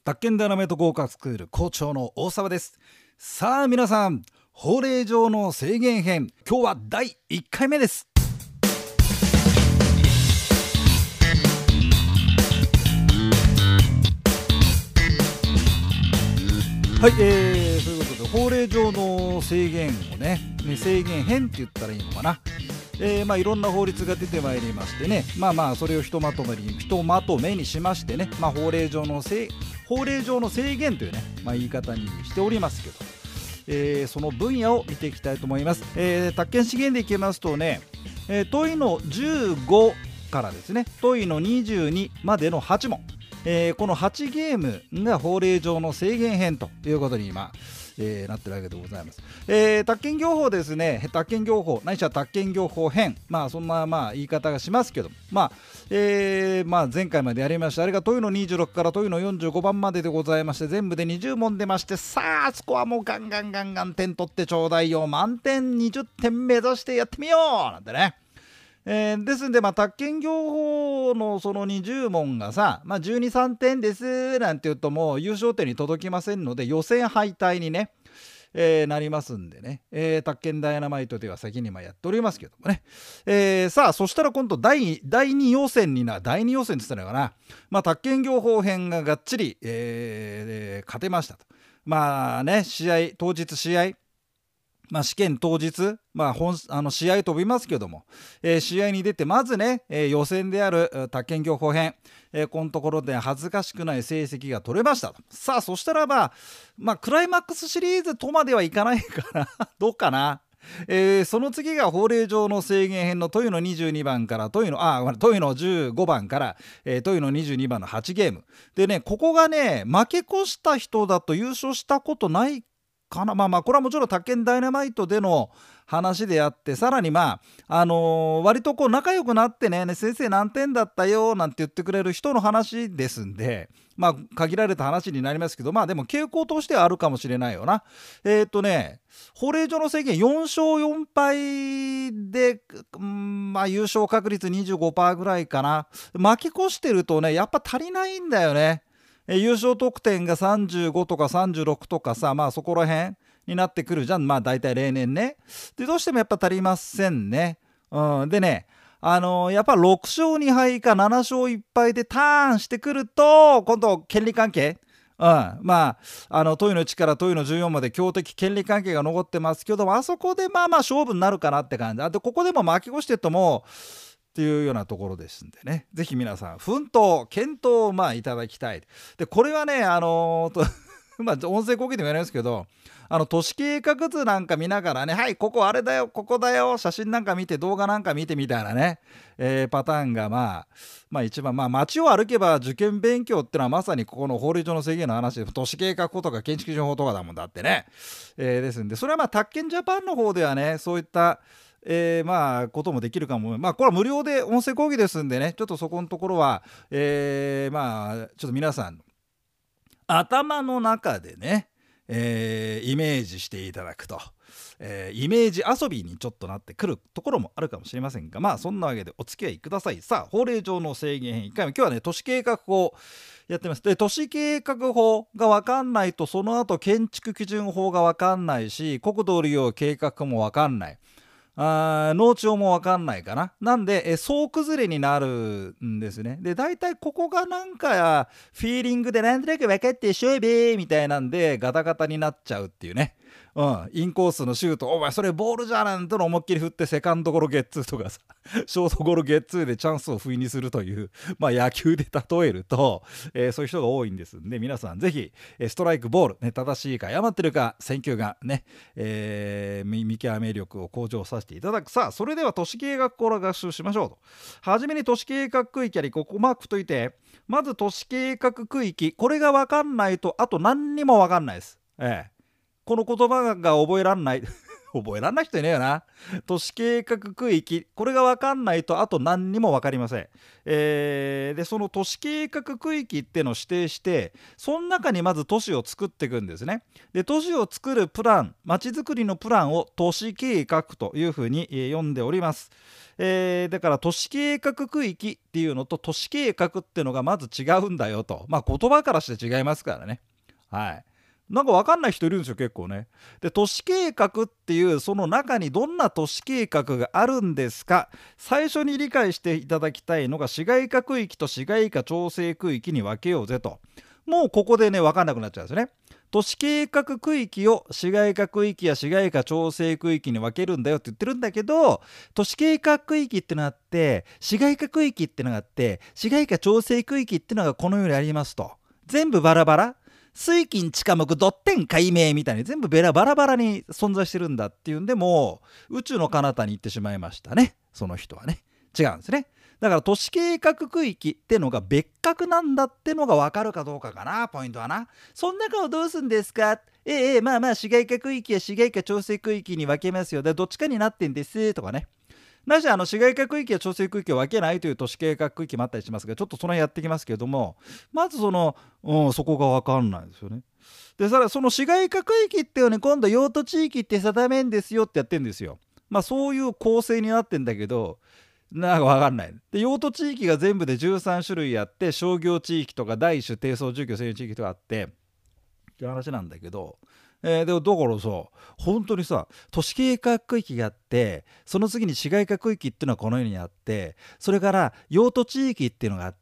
宅建ダイナマイト合格スクール校長の大沢です。さあ皆さん、法令上の制限編、今日は第1回目です。はい、ということで法令上の制限を制限編って言ったらいいのかな。いろんな法律が出てまいりましてね、それをひとまとめにしましてね、法令上の制限というね、言い方にしておりますけど、その分野を見ていきたいと思います。宅建資源でいきますとね、問いの15からですね、問いの22までの8問、この8ゲームが法令上の制限編ということに今なってるわけでございます。宅建業法ですね。宅建業法ないしは宅建業法編、そんな言い方がしますけど、前回までやりました。あれが問いの26から問いの45番まででございまして、全部で20問出まして、さあスコアもガンガン点取ってちょうだいよ、満点20点目指してやってみようなんてね。ですんで、宅建業法のその20問がさ、12、3点ですなんて言うともう優勝点に届きませんので、予選敗退にね、なりますんでね、宅建ダイナマイトでは先にやっておりますけどもね、さあそしたら今度第2予選って言ったのかな、宅建業法編ががっちり、勝てましたと。当日試合試験当日、試合飛びますけども、試合に出てまずね、予選である宅建業法編、このところで恥ずかしくない成績が取れましたと。さあそしたらクライマックスシリーズとまではいかないかなどうかな。その次が法令上の制限編の問いの22番から問いの15番から、問いの22番の8ゲームでね、ここがね負け越した人だと優勝したことないかな。これはもちろん宅建ダイナマイトでの話であって、さらに割と仲良くなってね、先生何点だったよなんて言ってくれる人の話ですんで、限られた話になりますけど、でも傾向としてはあるかもしれないよな。法令上の制限4勝4敗で、優勝確率 25% ぐらいかな。負け越してるとねやっぱ足りないんだよね。優勝得点が35とか36とかさ、そこら辺になってくるじゃん。大体例年ね。でどうしてもやっぱ足りませんね。でね、やっぱ6勝2敗か7勝1敗でターンしてくると今度権利関係、問いの1から問いの14まで強敵権利関係が残ってますけども、あそこで勝負になるかなって感じで、ここでも負け越してともっていうようなところですんでね、ぜひ皆さん検討をいただきたい。でこれはね音声講義でもやりますけど、都市計画図なんか見ながらね、はいここあれだよここだよ、写真なんか見て動画なんか見てみたいなね、パターンが一番街を歩けば受験勉強ってのはまさにここの法律上の制限の話で、都市計画法とか建築基準法とかだもんだってね、ですんでそれは宅建ジャパンの方ではねそういったこともできるかも。これは無料で音声講義ですんでね、ちょっとそこのところは、ちょっと皆さんの頭の中でね、イメージしていただくと、イメージ遊びにちょっとなってくるところもあるかもしれませんが、そんなわけでお付き合いください。さあ法令上の制限編1回目、今日はね都市計画法やってます。で都市計画法が分かんないとその後建築基準法が分かんないし、国土利用計画も分かんない、農地も分かんないかな。なんで総崩れになるんですね。で大体ここがなんかフィーリングでなんとなく分かって勝負みたいなんでガタガタになっちゃうっていうね。インコースのシュート、お前それボールじゃなんての思いっきり振ってセカンドゴロゲッツーとかさショートゴロゲッツーでチャンスを不意にするという、野球で例えると、そういう人が多いんですんで、皆さんぜひストライクボール、正しいか誤ってるか選球がね、見極め力を向上させていただく。さあそれでは都市計画から学習しましょうと。はじめに都市計画区域あり、ここマークといて、まず都市計画区域、これが分かんないとあと何にも分かんないです。この言葉が覚えらんない覚えらんない人いねえよな。都市計画区域、これが分かんないとあと何にも分かりません。でその都市計画区域っていうのを指定して、その中にまず都市を作っていくんですね。で都市を作るプラン、まちづくりのプランを都市計画というふうに呼んでおります。だから都市計画区域っていうのと都市計画っていうのがまず違うんだよと。まあ言葉からして違いますからね。はい。なんか分かんない人いるんですよ結構ね。で都市計画っていうその中にどんな都市計画があるんですか。最初に理解していただきたいのが市街化区域と市街化調整区域に分けようぜと。もうここでね分かんなくなっちゃうんですね。都市計画区域を市街化区域や市街化調整区域に分けるんだよって言ってるんだけど、都市計画区域ってのがあって市街化区域ってのがあって市街化調整区域ってのがこのようにありますと。全部バラバラ、水金地下木ドッテン解明みたいに全部バラバラに存在してるんだっていうんで、もう宇宙の彼方に行ってしまいましたね、その人はね。違うんですね。だから都市計画区域ってのが別格なんだってのが分かるかどうかかな、ポイントはな。そん中をどうすんですか。まあ市街化区域や市街化調整区域に分けますよ。でどっちかになってんですとかね。なし市街化区域や調整区域を分けないという都市計画区域もあったりしますが、ちょっとその辺やってきますけれども、まずそこが分かんないですよね。でさらにその市街化区域っていうのに今度用途地域って定めんですよってやってんですよ。そういう構成になってんだけど、なんか分かんない。で用途地域が全部で13種類あって、商業地域とか第一種低層住居専用地域とかあってっていう話なんだけど、でもだからさ、本当にさ、都市計画区域があって、その次に市街化区域っていうのはこのようにあって、それから用途地域っていうのがあって、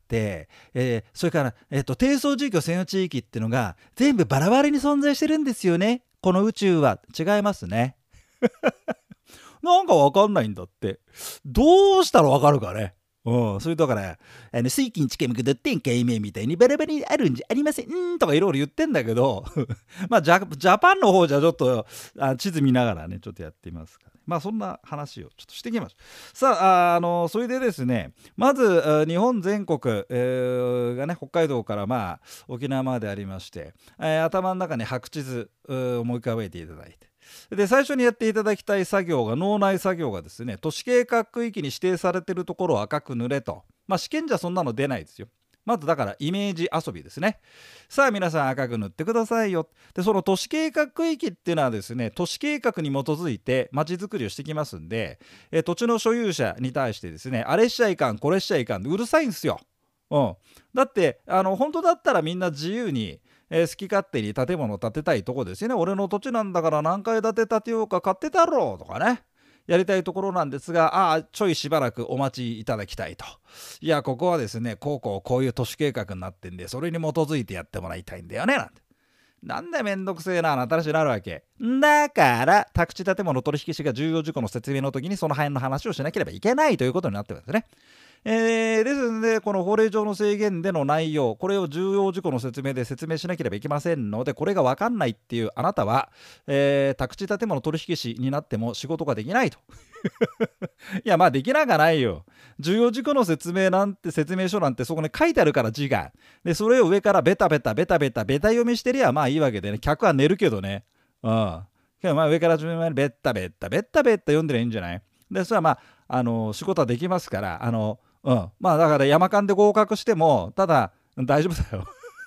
それから、低層住居専用地域っていうのが全部バラバラに存在してるんですよね、この宇宙は。違いますね。なんかわかんないんだって。どうしたらわかるかね。それだから水金地下木ドッテン解明みたいにバラバラにあるんじゃありませんとかいろいろ言ってんだけどジャパンの方じゃちょっと地図見ながらねちょっとやってみますから、そんな話をちょっとしてきました。さあ、それでですね、まず日本全国、がね北海道から沖縄までありまして、頭の中に白地図を思い浮かべていただいて、で最初にやっていただきたい作業が脳内作業がですね、都市計画区域に指定されているところを赤く塗れと。試験じゃそんなの出ないですよ。まずだからイメージ遊びですね。さあ皆さん赤く塗ってくださいよ。でその都市計画区域っていうのはですね、都市計画に基づいてまちづくりをしてきますんで、土地の所有者に対してですね、あれしちゃいかんこれしちゃいかんうるさいんですよ。だって本当だったらみんな自由に好き勝手に建物を建てたいとこですよね。俺の土地なんだから何階建て建てようか買ってたろうとかね、やりたいところなんですが、ちょいしばらくお待ちいただきたいと。いやここはですねこういう都市計画になってんで、それに基づいてやってもらいたいんだよねなんて。なんでめんどくせえな話になるわけだから、宅地建物取引士が重要事項の説明の時にその辺の話をしなければいけないということになってるんですね。ですのでこの法令上の制限での内容、これを重要事項の説明で説明しなければいけませんので、これが分かんないっていうあなたは、宅地建物取引士になっても仕事ができないといやできながないよ。重要事項の説明なんて、説明書なんてそこに書いてあるから字が。でそれを上からベタ読みしてりゃいいわけでね、客は寝るけどね。上から順番にベタ読んでりゃいいんじゃない。でそれは仕事はできますからだから山間で合格してもただ大丈夫だよ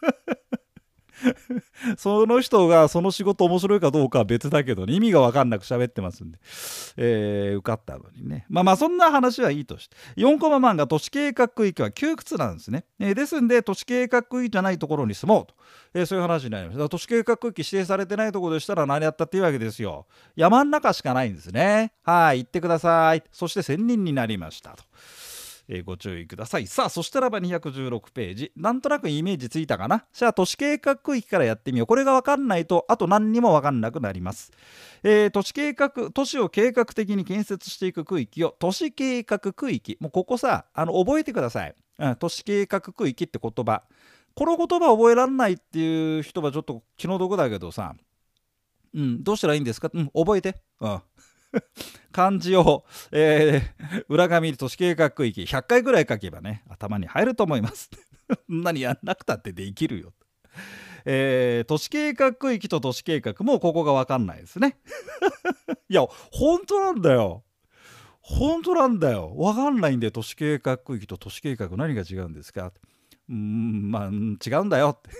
その人がその仕事面白いかどうかは別だけど、ね、意味が分かんなく喋ってますんで、受かったのにね。そんな話はいいとして、4コマ漫画都市計画区域は窮屈なんですね。ですんで都市計画区域じゃないところに住もうと、そういう話になりました。都市計画区域指定されてないところでしたら何やったっていいわけですよ。山ん中しかないんですね。行ってください。そして1000人になりましたと。ご注意ください。さあそしたらば216ページ、なんとなくイメージついたかな。じゃあ都市計画区域からやってみよう。これが分かんないとあと何にも分かんなくなります。都市を計画的に建設していく区域を都市計画区域、もうここさ覚えてください。都市計画区域って言葉、この言葉覚えられないっていう人はちょっと気の毒だけどさ、どうしたらいいんですか。覚えて。漢字を、裏紙都市計画区域100回ぐらい書けばね頭に入ると思います何やんなくたってできるよ。 都市計画区域と都市計画もここが分かんないですね。いや本当なんだよ。本当なんだよ。分かんないんで、都市計画区域と都市計画何が違うんですか。まあ違うんだよって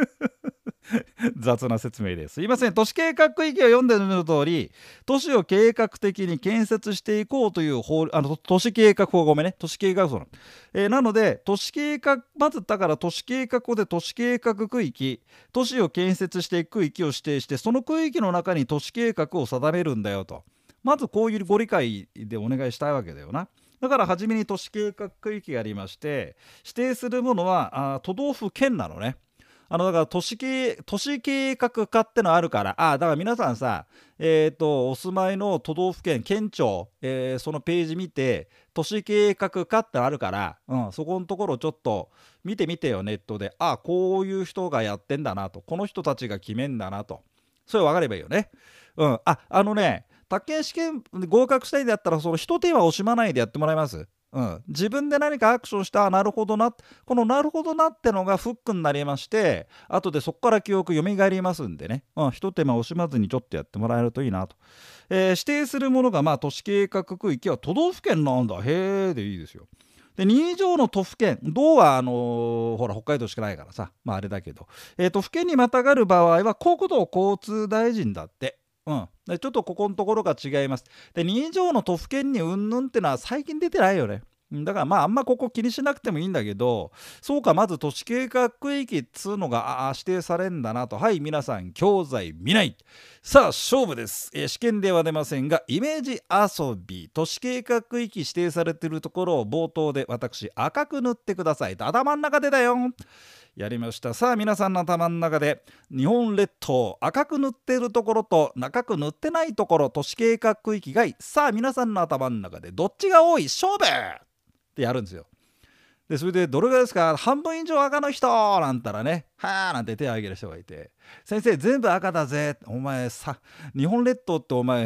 雑な説明です。すいません。都市計画区域を読んでるの通り、都市を計画的に建設していこうという都市計画法、ごめんね、都市計画法なの。なので都市計画、まずだから都市計画法で都市計画区域、都市を建設していく区域を指定して、その区域の中に都市計画を定めるんだよと、まずこういうご理解でお願いしたいわけだよな。だから初めに都市計画区域がありまして、指定するものは都道府県なのね。だから都市計画課ってのあるから、だから皆さんさ、お住まいの都道府県、県庁、そのページ見て、都市計画課ってあるから、そこのところちょっと見てみてよ、ネットで。こういう人がやってんだなと、この人たちが決めんだなと、それ分かればいいよね。宅建試験合格したいんだったら、その一手は惜しまないでやってもらいます。自分で何かアクションした、なるほどな、このなるほどなってのがフックになりまして、後でそこから記憶蘇りますんでね、一手間惜しまずにちょっとやってもらえるといいなと。指定するものが、都市計画区域は都道府県なんだ、へーでいいですよ。で2以上の都府県、道はほら北海道しかないからさ、あれだけど、都府県にまたがる場合は国土交通大臣だって。でちょっとここのところが違います。で2以上の都府県にうんぬんってのは最近出てないよね。だからあんまここ気にしなくてもいいんだけど、そうか、まず都市計画区域っつうのが指定されんだなと。はい、皆さん教材見ない。さあ勝負です。試験では出ませんが、イメージ遊び、都市計画区域指定されているところを冒頭で私赤く塗ってください。頭ん中でだよ。やりました。さあ皆さんの頭の中で日本列島赤く塗っているところと赤く塗ってないところ、都市計画区域外、さあ皆さんの頭の中でどっちが多い、勝負ってやるんですよ。でそれでどれぐらいですか、半分以上赤の人なんたらね、はーなんて手を挙げる人がいて、先生全部赤だぜ、お前さ、日本列島ってお前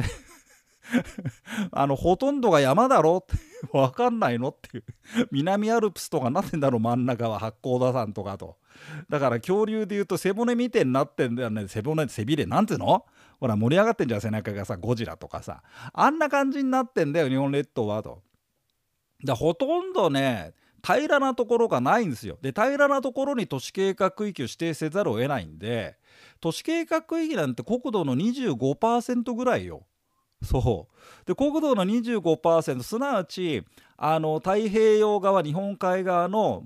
ほとんどが山だろって分かんないのっていう、南アルプスとかなってんだろ、真ん中は八甲田山とかと。だから恐竜でいうと背骨みてえになってんだよね。背骨、背びれなんていうの、ほら盛り上がってんじゃん、背中がさ、ゴジラとかさ、あんな感じになってんだよ日本列島はと。ほとんどね平らなところがないんですよ。で平らなところに都市計画区域を指定せざるを得ないんで、都市計画区域なんて国土の 25% ぐらいよ。そうで国土の 25%、 すなわち太平洋側、日本海側の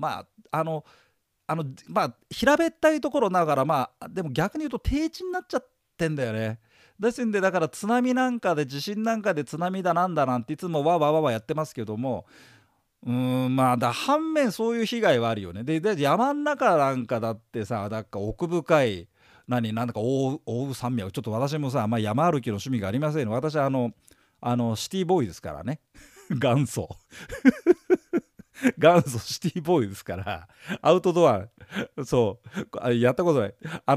平べったいところながら、でも逆に言うと低地になっちゃってんだよね。ですんで、だから津波なんかで、地震なんかで津波だなんだなんていつもわわわわやってますけども、反面そういう被害はあるよね。で山ん中なんかだってさ、だから奥深いなんだか奥羽山脈、ちょっと私もさ、山歩きの趣味がありませんの。私はシティボーイですからね元祖元祖シティボーイですから、アウトドア、そうやったことない。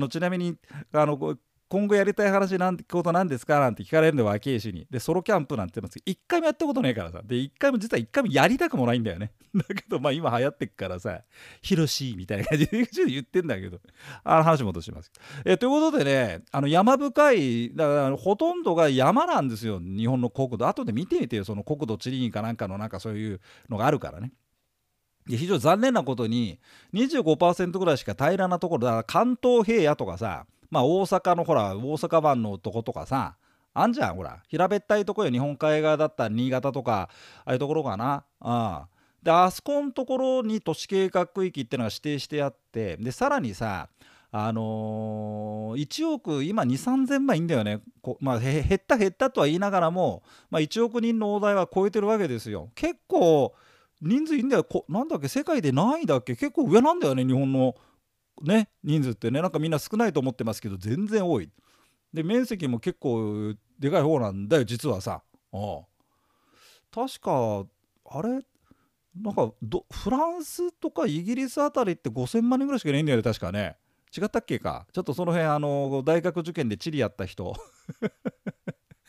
ちなみに今後やりたい話ことなんですかなんて聞かれるんで、若いしに。でソロキャンプなんて言うんですけど、一回もやったことないからさ。で実は一回もやりたくもないんだよね。だけど今流行ってっからさ、ヒロシみたいな感じで言ってんだけど、話戻します。ということでね、山深い、だからほとんどが山なんですよ、日本の国土。後で見てみてよ、その国土地理院かなんかのそういうのがあるからね。非常に残念なことに 25% ぐらいしか平らなところだから、関東平野とかさ、大阪のほら大阪湾のとことかさ、あんじゃん、ほら平べったいとこよ、日本海側だったら新潟とかああいうところかな。でそこのところに都市計画区域っていうのが指定してあって、でさらにさ、1億今2、3000万いいんだよね。減ったとは言いながらも、1億人の大台は超えてるわけですよ。結構人数いいんだよ。なんだっけ、世界で何位だっけ、結構上なんだよね、日本のね人数ってね。なんかみんな少ないと思ってますけど全然多い。で面積も結構でかい方なんだよ実はさ。確かあれなんかフランスとかイギリスあたりって5000万人ぐらいしかいないんだよね、確かね。違ったっけか。ちょっとその辺大学受験で地理やった人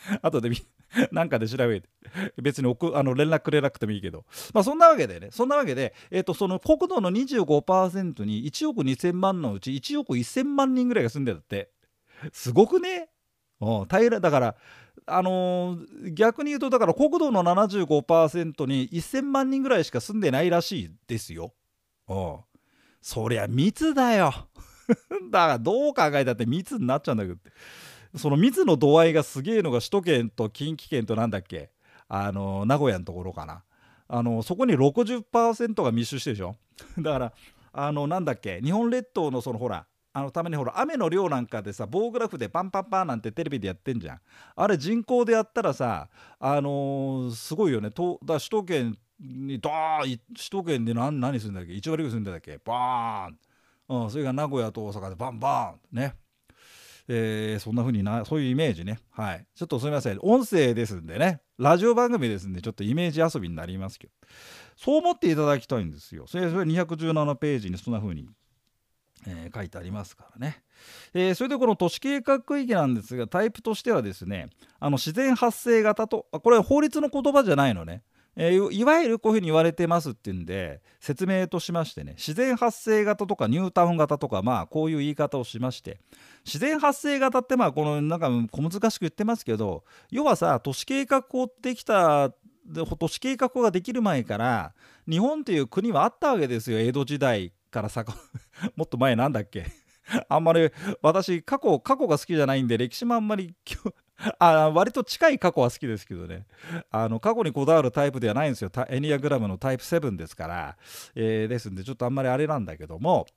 後でなんかで調べて、別に連絡くれなくてもいいけど、まあそんなわけでね、そんなわけで、その国土の 25% に1億2000万のうち1億1000万人ぐらいが住んでたって。すごくね。だから、逆に言うと、だから国土の 75% に1000万人ぐらいしか住んでないらしいですよ。そりゃ密だよ。だからどう考えたって密になっちゃうんだけど、その密の度合いがすげえのが首都圏と近畿圏となんだっけ、名古屋のところかな。そこに 60% が密集してるでしょ。だからなんだっけ、日本列島のそのほらためにほら雨の量なんかでさ、棒グラフでパンパンパンなんてテレビでやってんじゃん。あれ人口でやったらさ、すごいよね。だ首都圏に首都圏で何住んでたっけ、1割ぐらい住んでたっけ、バーン、それが名古屋と大阪でバンバンね。そんな風にそういうイメージね。はい。ちょっとすみません。音声ですんでね。ラジオ番組ですんで、ちょっとイメージ遊びになりますけど。そう思っていただきたいんですよ。それ217ページにそんな風に、書いてありますからね。それでこの都市計画区域なんですが、タイプとしてはですね、自然発生型と、これは法律の言葉じゃないのね。いわゆるこういうふうに言われてますっていうんで、説明としましてね、自然発生型とかニュータウン型とか、まあこういう言い方をしまして、自然発生型ってまあこのなんか小難しく言ってますけど、要はさ、都市計画法ってきた都市計画法ができる前から日本という国はあったわけですよ。江戸時代からもっと前なんだっけ。あんまり私過去が好きじゃないんで、歴史もあんまり割と近い過去は好きですけどね、過去にこだわるタイプではないんですよ。エニアグラムのタイプ7ですから、ですんでちょっとあんまりあれなんだけども、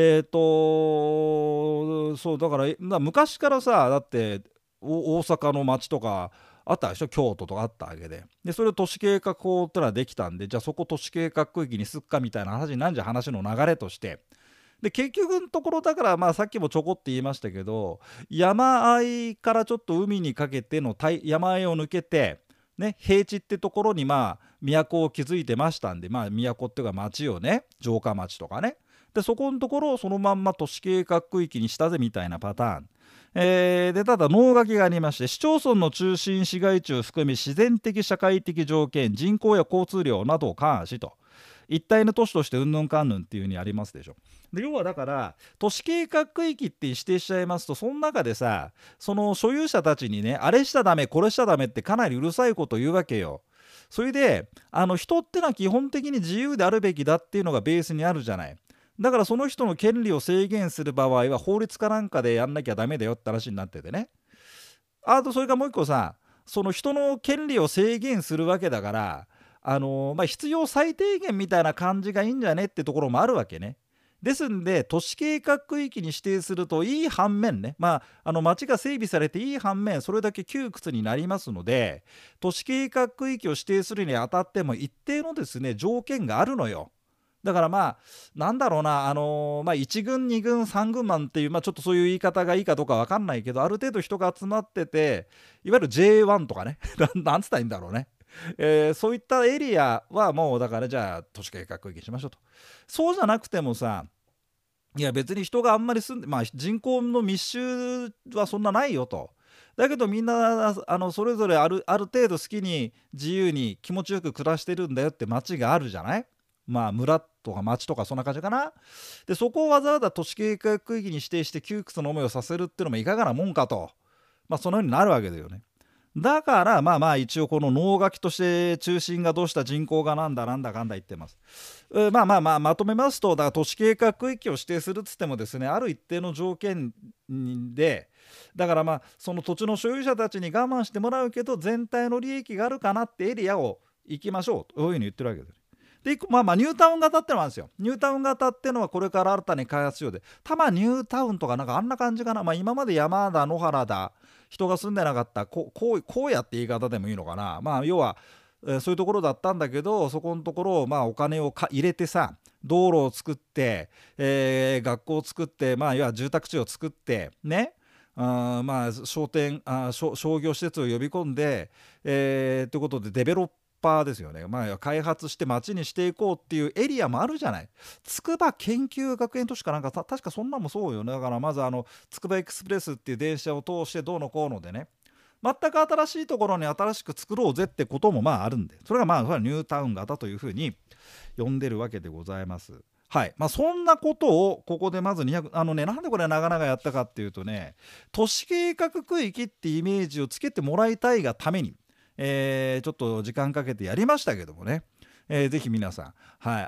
そうだから昔からさ、だって大阪の街とかあったでしょ、京都とかあったわけで、それを都市計画法ってのはできたんで、じゃあそこ都市計画区域にすっかみたいな話になんじゃ、話の流れとして。で結局のところだから、まあさっきもちょこって言いましたけど、山あいからちょっと海にかけての山あいを抜けて、ね、平地ってところにまあ都を築いてましたんで、まあ都っていうか町をね、城下町とかね、でそこのところをそのまんま都市計画区域にしたぜみたいなパターン。でただ能書きがありまして、市町村の中心市街地を含み自然的社会的条件、人口や交通量などを勘案しと、一体の都市としてうんぬんかんぬんっていう風にありますでしょ。で要はだから都市計画区域って指定しちゃいますと、その中でさ、その所有者たちにね、あれしちゃダメこれしちゃダメってかなりうるさいこと言うわけよ。それで人ってのは基本的に自由であるべきだっていうのがベースにあるじゃない。だからその人の権利を制限する場合は法律かなんかでやんなきゃダメだよって話になっててね。あとそれからもう一個さ、その人の権利を制限するわけだから、必要最低限みたいな感じがいいんじゃねってところもあるわけね。ですんで都市計画区域に指定するといい反面ね、町が整備されていい反面、それだけ窮屈になりますので、都市計画区域を指定するにあたっても一定のですね条件があるのよ。だからなんだろうな、1軍2軍3軍マンっていう、ちょっとそういう言い方がいいかどうか分かんないけど、ある程度人が集まってて、いわゆる J1 とかねなんつったらいいんだろうね、そういったエリアはもうだからじゃあ都市計画区域しましょうと。そうじゃなくてもさ、いや別に人があんまり住んで、人口の密集はそんなないよと。だけどみんなそれぞれある程度好きに自由に気持ちよく暮らしてるんだよって街があるじゃない。村とか町とかそんな感じかな。でそこをわざわざ都市計画区域に指定して窮屈な思いをさせるっていうのもいかがなもんかと、そのようになるわけだよね。だから一応この能書きとして中心がどうした人口がなんだかんだ言ってます。まとめますと、だから都市計画区域を指定するっつってもですね、ある一定の条件で、だからその土地の所有者たちに我慢してもらうけど全体の利益があるかなってエリアを行きましょうというふうに言ってるわけです。でニュータウン型ってのもあるんですよ。ニュータウン型ってのはこれから新たに開発しようで、ニュータウンとかなんかあんな感じかな。今まで山だ野原だ人が住んでなかった荒野って言い方でもいいのかな。要は、そういうところだったんだけど、そこのところをお金を入れてさ、道路を作って、学校を作って、要は住宅地を作ってね、商業施設を呼び込んで、ということでデベロッパーですよね。開発して街にしていこうっていうエリアもあるじゃない。筑波研究学園都市かなんか確かそんなもそうよね。だからまず筑波エクスプレスっていう電車を通してどうのこうのでね、 全く新しいところに新しく作ろうぜってこともまああるんで、それがまあそれはニュータウン型というふうに呼んでるわけでございます。はい。そんなことをここでまず200、なんでこれ長々やったかっていうとね、都市計画区域ってイメージをつけてもらいたいがために、ちょっと時間かけてやりましたけどもね、ぜひ皆さん、はい、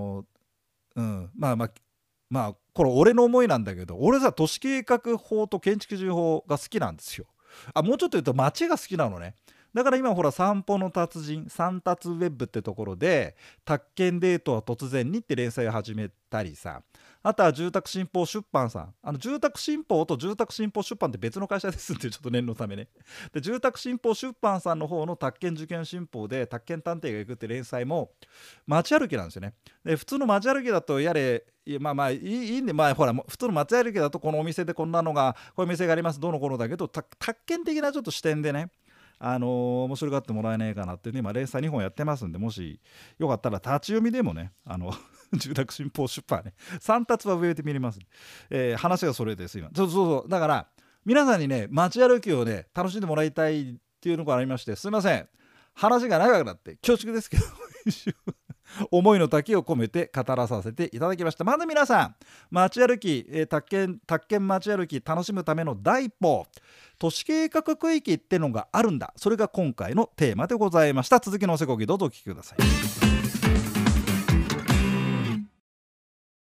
これ俺の思いなんだけど、俺さ、都市計画法と建築基準法が好きなんですよ。もうちょっと言うと街が好きなのね。だから今ほら、散歩の達人散達ウェブってところで宅建デートは突然にって連載を始めたりさ、あとは住宅新報出版さん、住宅新報と住宅新報出版って別の会社ですってちょっと念のためね。で住宅新報出版さんの方の宅建受験新報で宅建探偵が行くって連載も街歩きなんですよね。で普通の街歩きだといいんで、ほら普通の街歩きだとこのお店でこんなのがこういう店がありますどうのこうのだけど、宅建的なちょっと視点でね、面白がってもらえねえかなっていうね、今連載2本やってますんで、もしよかったら立ち読みでもね、住宅新報出版ね、3冊は上で見れます、話がそれです今。そうだから皆さんにね、街歩きをね楽しんでもらいたいっていうのがありまして、すいません、話が長くなって恐縮ですけど思いの丈を込めて語らさせていただきました。まず皆さん、街歩き、宅建街歩き楽しむための第一歩、都市計画区域ってのがあるんだ。それが今回のテーマでございました。続きのおせこぎどうぞお聞きください。